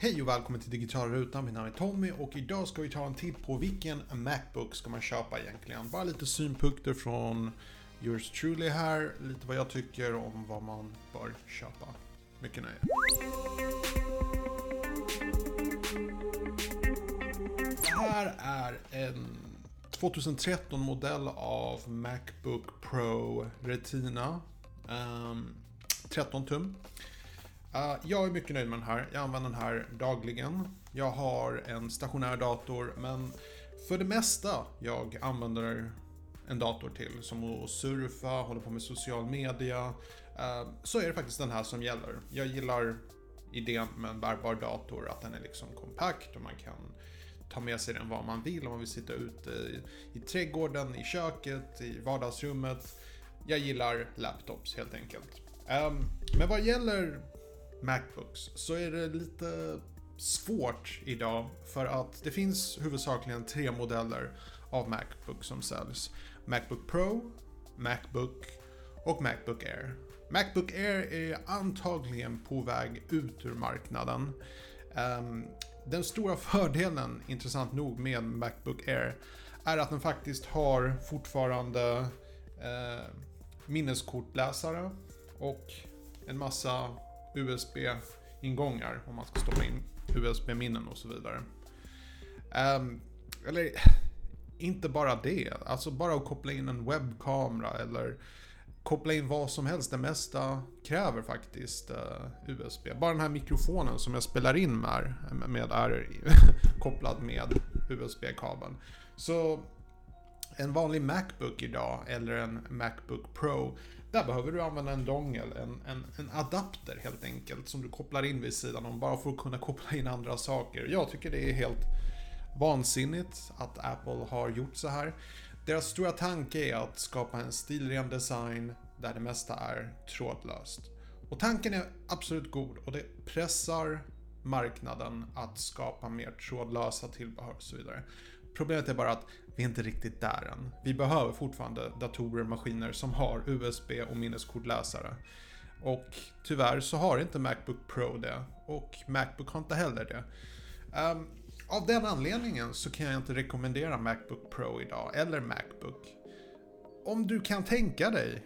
Hej och välkommen till Digitala Rutan, min namn är Tommy och idag ska vi ta en titt på vilken Macbook ska man köpa egentligen. Bara lite synpunkter från yours truly här, lite vad jag tycker om vad man bör köpa. Mycket nöje. Det här är en 2013 modell av Macbook Pro Retina, 13 tum. Jag är mycket nöjd med den här. Jag använder den här dagligen. Jag har en stationär dator, men för det mesta jag använder en dator till, som att surfa, hålla på med social media, så är det faktiskt den här som gäller. Jag gillar idén med en bärbar dator, att den är liksom kompakt och man kan ta med sig den var man vill, om man vill sitta ute i trädgården, i köket, i vardagsrummet. Jag gillar laptops helt enkelt. Men vad gäller Macbooks så är det lite svårt idag, för att det finns huvudsakligen 3 modeller av Macbook som säljs. Macbook Pro, Macbook och Macbook Air. Macbook Air är antagligen på väg ut ur marknaden. Den stora fördelen, intressant nog, med Macbook Air är att den faktiskt har fortfarande minneskortläsare och en massa USB-ingångar om man ska stoppa in USB-minnen och så vidare. Eller inte bara det, alltså bara att koppla in en webbkamera eller koppla in vad som helst. Det mesta kräver faktiskt USB. Bara den här mikrofonen som jag spelar in med är kopplad med USB-kabeln. Så en vanlig Macbook idag eller en Macbook Pro, där behöver du använda en dongel, en adapter helt enkelt, som du kopplar in vid sidan om, bara för att kunna koppla in andra saker. Jag tycker det är helt vansinnigt att Apple har gjort så här. Deras stora tanke är att skapa en stilren design där det mesta är trådlöst. Och tanken är absolut god och det pressar marknaden att skapa mer trådlösa tillbehör och så vidare. Problemet är bara att vi är inte riktigt där än. Vi behöver fortfarande datorer och maskiner som har USB och minneskortläsare. Och tyvärr så har inte Macbook Pro det, och Macbook har inte heller det. Av den anledningen så kan jag inte rekommendera Macbook Pro idag, eller Macbook. Om du kan tänka dig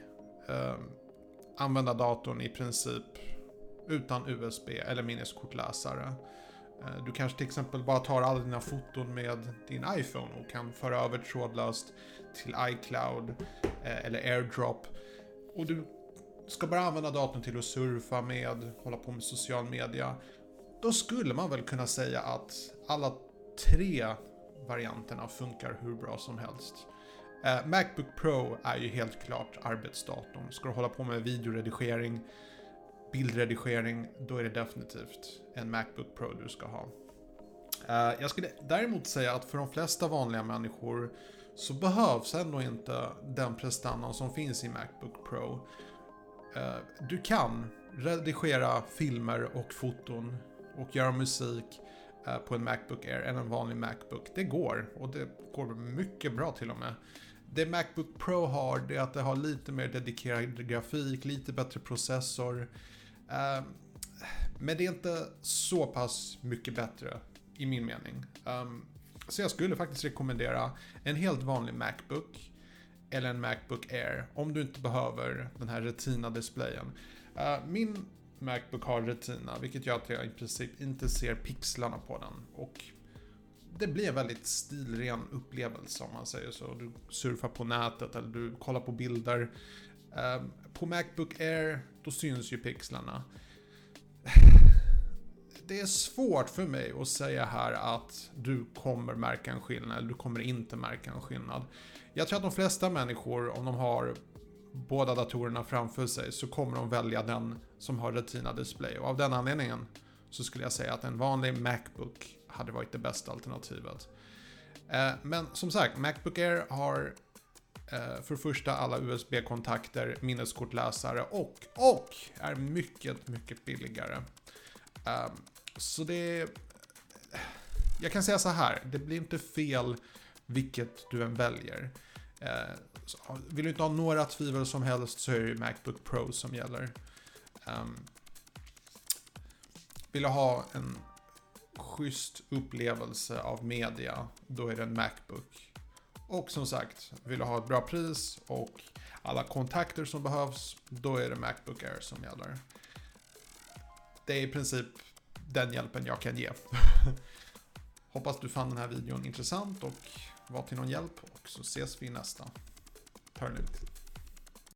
använda datorn i princip utan USB eller minneskortläsare. Du kanske till exempel bara tar alla dina foton med din iPhone och kan föra över trådlöst till iCloud eller AirDrop. Och du ska bara använda datorn till att surfa med, hålla på med social media. Då skulle man väl kunna säga att alla 3 varianterna funkar hur bra som helst. Macbook Pro är ju helt klart arbetsdatorn. Ska du hålla på med videoredigering, bildredigering, då är det definitivt en Macbook Pro du ska ha. Jag skulle däremot säga att för de flesta vanliga människor så behövs ändå inte den prestandan som finns i Macbook Pro. Du kan redigera filmer och foton och göra musik på en Macbook Air än en vanlig Macbook. Det går, och det går mycket bra till och med. Det Macbook Pro har, det är att det har lite mer dedikerad grafik, lite bättre processor. Men det är inte så pass mycket bättre i min mening. Så jag skulle faktiskt rekommendera en helt vanlig Macbook eller en Macbook Air om du inte behöver den här Retina-displayen. Min Macbook har Retina, vilket gör att jag i princip inte ser pixlarna på den. Och det blir en väldigt stilren upplevelse om man säger så. Du surfar på nätet eller du kollar på bilder. På Macbook Air, då syns ju pixlarna. Det är svårt för mig att säga här att du kommer märka en skillnad eller du kommer inte märka en skillnad. Jag tror att de flesta människor, om de har båda datorerna framför sig, så kommer de välja den som har Retina-display. Och av den anledningen så skulle jag säga att en vanlig Macbook hade varit det bästa alternativet. Men som sagt, Macbook Air har för första alla USB-kontakter, minneskortläsare och är mycket, mycket billigare. Så det... Jag kan säga så här, det blir inte fel vilket du än väljer. Vill du inte ha några tvivel som helst så är det Macbook Pro som gäller. Vill du ha en schysst upplevelse av media, då är det en Macbook. Och som sagt, vill du ha ett bra pris och alla kontakter som behövs, då är det Macbook Air som gäller. Det är i princip den hjälpen jag kan ge. Hoppas du fann den här videon intressant och var till någon hjälp, och så ses vi i nästa. Ta det lugnt.